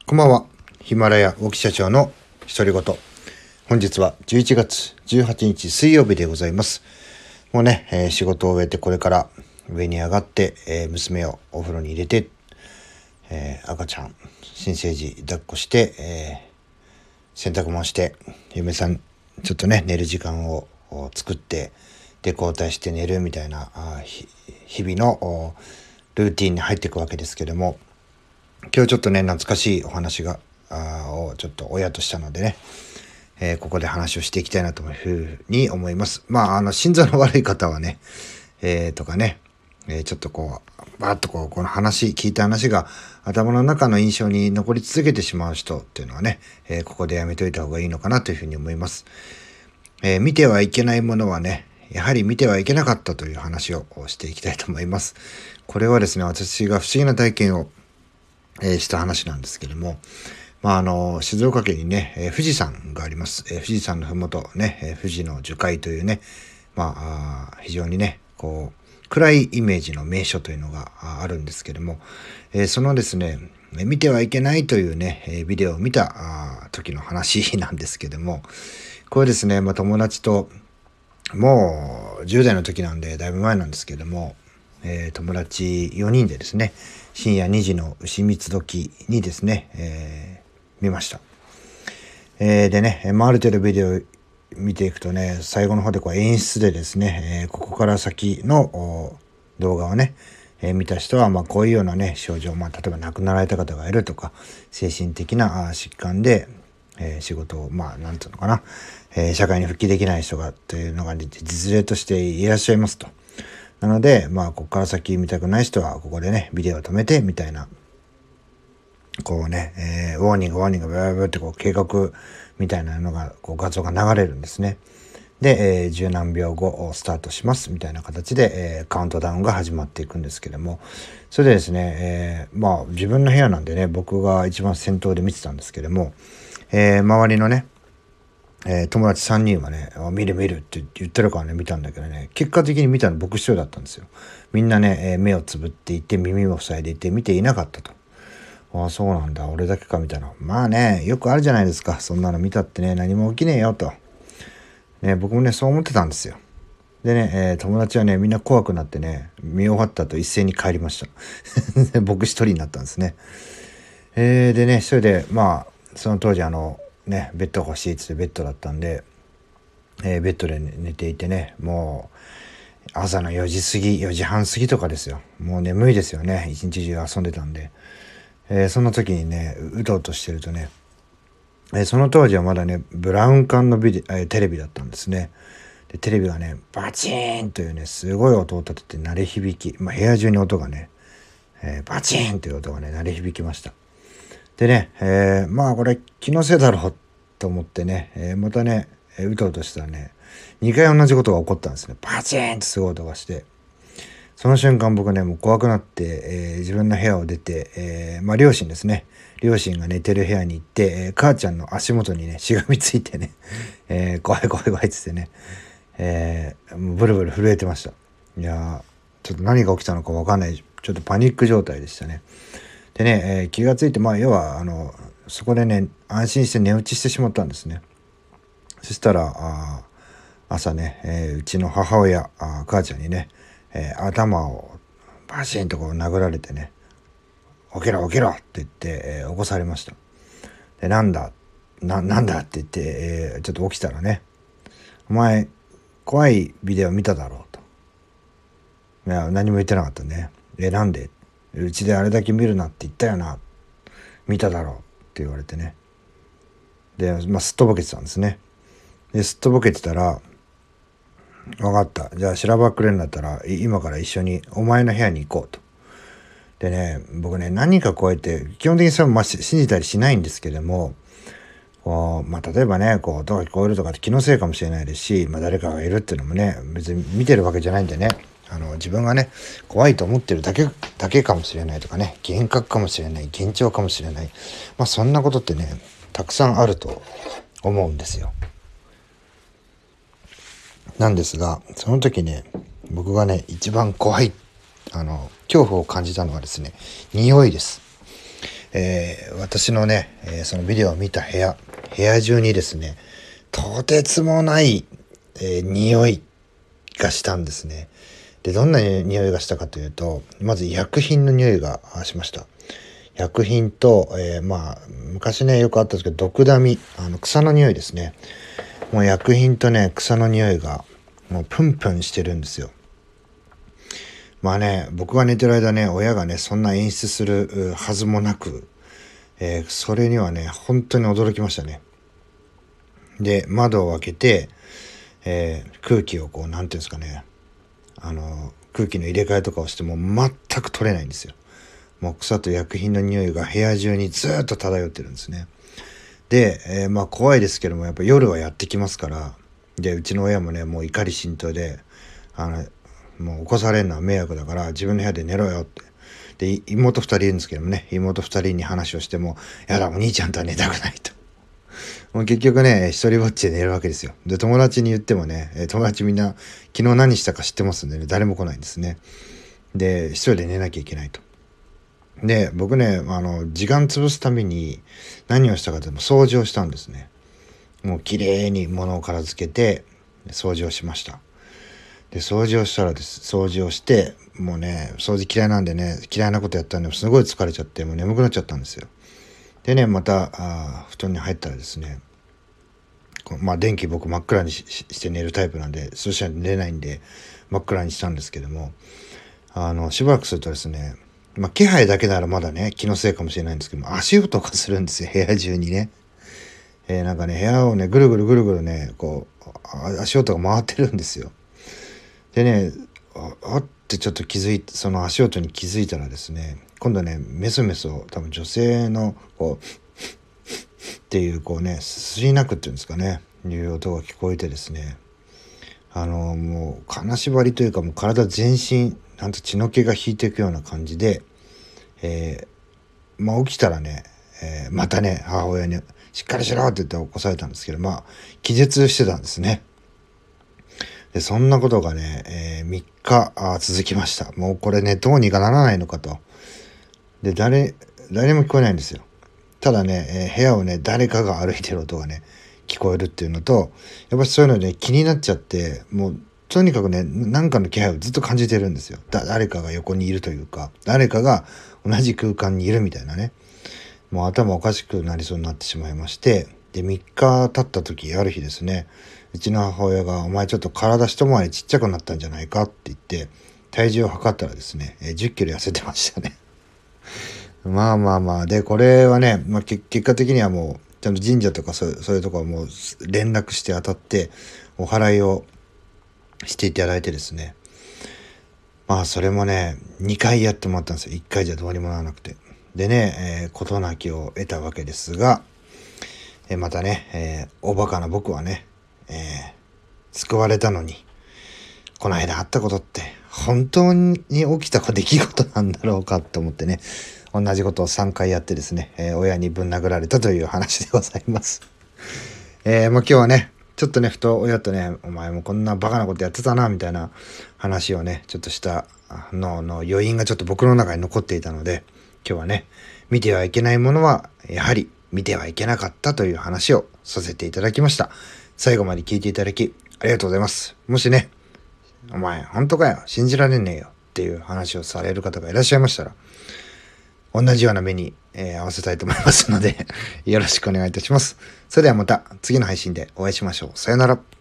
こんばんは。ヒマラヤ大木社長の独り言。本日は11月18日水曜日でございます。もうね、仕事を終えてこれから上に上がって、娘をお風呂に入れて、赤ちゃん新生児抱っこして、洗濯もして、嫁さんちょっとね寝る時間を作ってで交代して寝るみたいな日々のルーティンに入っていくわけですけども、今日ちょっとね懐かしいお話をちょっと親としたのでね、ここで話をしていきたいなというふうに思います。心臓の悪い方はね、とかね、ちょっとこうバーッとこの聞いた話が頭の中の印象に残り続けてしまう人っていうのはね、ここでやめといた方がいいのかなというふうに思います。見てはいけないものはね、やはり見てはいけなかったという話をしていきたいと思います。これはですね、私が不思議な体験をした話なんですけども、静岡県にね、富士山があります。富士山のふもとね、富士の樹海というね、非常にね、暗いイメージの名所というのがあるんですけども、そのですね、見てはいけないというね、ビデオを見た時の話なんですけども、これですね、友達ともう10代の時なんでだいぶ前なんですけども、友達4人でですね、深夜2時の牛蜜時にですね、見ました。でね、ある程度ビデオ見ていくとね、最後の方で演出でですね、ここから先の動画をね、見た人はこういうようなね症状、例えば亡くなられた方がいるとか、精神的な疾患で、仕事をなんていうのかな、社会に復帰できない人がというのが実例としていらっしゃいますと。なのでここから先見たくない人はここでねビデオを止めてみたいな、ウォーニングブーブーって計画みたいなのが画像が流れるんですね。で、十何秒後スタートしますみたいな形で、カウントダウンが始まっていくんですけども、それでですね、自分の部屋なんでね、僕が一番先頭で見てたんですけども、周りのね、友達3人はね、見るって言ってるからね見たんだけどね、結果的に見たの僕一人だったんですよ。みんなね、目をつぶっていて耳を塞いでいて見ていなかったと。そうなんだ、俺だけかみたいな。よくあるじゃないですか、そんなの見たってね何も起きねえよと。僕もねそう思ってたんですよ。でね、友達はねみんな怖くなってね、見終わった後一斉に帰りました僕一人になったんですね。でね、それでその当時ベッドが欲しいっつってベッドだったんで、ベッドで寝ていてね、もう朝の4時半過ぎとかですよ。もう眠いですよね、一日中遊んでたんで。その時にねうとうとしてるとね、その当時はまだねブラウン管のテレビだったんですね。でテレビがねバチーンというねすごい音を立てて鳴り響き、部屋中に音がね、バチーンという音がね鳴り響きました。でね、これ気のせいだろうと思ってね、またねうとうとしたらね2回同じことが起こったんですね。バチーンとすごい音がして、その瞬間僕ねもう怖くなって、自分の部屋を出て、両親ですね、両親が寝てる部屋に行って、母ちゃんの足元にねしがみついてね、怖いっつってね、もうブルブル震えてました。いやちょっと何が起きたのか分かんない、ちょっとパニック状態でしたね。でね、気がついて要はそこでね安心して寝落ちしてしまったんですね。そしたら朝ね、うちの母親母ちゃんにね、頭をバシンと殴られてね、起きろって言って、起こされました。でなんだって言って、ちょっと起きたらね、お前怖いビデオ見ただろうと。いや何も言ってなかったね。なんで、うちであれだけ見るなって言ったよな、見ただろうって言われてね。ですっとぼけてたんですね。ですっとぼけてたら、分かった、じゃあしらばっくれんだったら今から一緒にお前の部屋に行こうと。でね、僕ね何かこうやって基本的にそれも信じたりしないんですけども、例えばね音が聞こえるとかって気のせいかもしれないですし、誰かがいるっていうのもね別に見てるわけじゃないんでね、自分がね怖いと思ってるだけかもしれないとかね、幻覚かもしれない、幻聴かもしれない、そんなことってねたくさんあると思うんですよ。なんですが、その時ね僕がね一番怖い恐怖を感じたのはですね、匂いです。 私のね、そのビデオを見た部屋中にですね、とてつもない、匂いがしたんですね。で、どんな匂いがしたかというと、まず医薬品の匂いがしました。薬品と、昔ね、よくあったんですけど、毒ダミ、草の匂いですね。もう薬品とね、草の匂いが、もうプンプンしてるんですよ。まあね、僕が寝てる間ね、親がね、そんな演出するはずもなく、それにはね、本当に驚きましたね。で、窓を開けて、空気をこう、なんていうんですかね、空気の入れ替えとかをしても全く取れないんですよ。もう草と薬品の匂いが部屋中にずっと漂ってるんですね。で、怖いですけども、やっぱ夜はやってきますから、で、うちの親もね、もう怒り心頭で、もう起こされるのは迷惑だから自分の部屋で寝ろよって。で、妹2人いるんですけどもね、妹2人に話をしても、やだ、お兄ちゃんとは寝たくないと。もう結局ね、一人ぼっちで寝るわけですよ。で、友達に言ってもね、友達みんな昨日何したか知ってますんでね、誰も来ないんですね。で、一人で寝なきゃいけないと。で、僕ね、時間潰すために何をしたかというと掃除をしたんですね。もう綺麗に物を片付けて掃除をしました。で、掃除をして、もうね、掃除嫌いなんでね、嫌いなことやったんですごい疲れちゃって、もう眠くなっちゃったんですよ。でね、また、布団に入ったらですね、電気僕真っ暗にして寝るタイプなんで、そうしたら寝れないんで、真っ暗にしたんですけども、しばらくするとですね、気配だけならまだね、気のせいかもしれないんですけども、足音がするんですよ、部屋中にね。なんかね、部屋をね、ぐるぐるね、こう、足音が回ってるんですよ。でね、ってちょっとその足音に気づいたらですね、今度ね、メソメソ、多分女性の、こう、っていう、こうね、すり泣くっていうんですかね、いう音が聞こえてですね、もう、金縛りというか、もう体全身、なんと血の気が引いていくような感じで、起きたらね、またね、母親に、しっかりしろって言って起こされたんですけど、気絶してたんですね。で、そんなことがね、3日続きました。もうこれね、どうにかならないのかと。で、誰も聞こえないんですよ。ただね、部屋をね、誰かが歩いてる音がね、聞こえるっていうのと、やっぱりそういうのね、気になっちゃって、もう、とにかくね、何かの気配をずっと感じてるんですよ。誰かが横にいるというか、誰かが同じ空間にいるみたいなね。もう頭おかしくなりそうになってしまいまして、で、3日経った時、ある日ですね、うちの母親が、お前ちょっと体一回りちっちゃくなったんじゃないかって言って、体重を測ったらですね、10キロ痩せてましたね。で、これはね、結果的にはもう、ちゃんと神社とかそういうとこはもう連絡して当たって、お祓いをしていただいてですね、それもね、2回やってもらったんですよ。1回じゃどうにもならなくて。でね、事なきを得たわけですが、またね、おバカな僕はね、救われたのに、この間あったことって本当に起きた出来事なんだろうかと思ってね、同じことを3回やってですね、親にぶん殴られたという話でございます。今日はね、ちょっとね、ふと親とね、お前もこんなバカなことやってたな、みたいな話をね、ちょっとしたの余韻がちょっと僕の中に残っていたので、今日はね、見てはいけないものは、やはり見てはいけなかったという話をさせていただきました。最後まで聞いていただき、ありがとうございます。もしね、お前、本当かよ、信じられねえよっていう話をされる方がいらっしゃいましたら、同じような目に、合わせたいと思いますのでよろしくお願いいたします。それではまた次の配信でお会いしましょう。さよなら。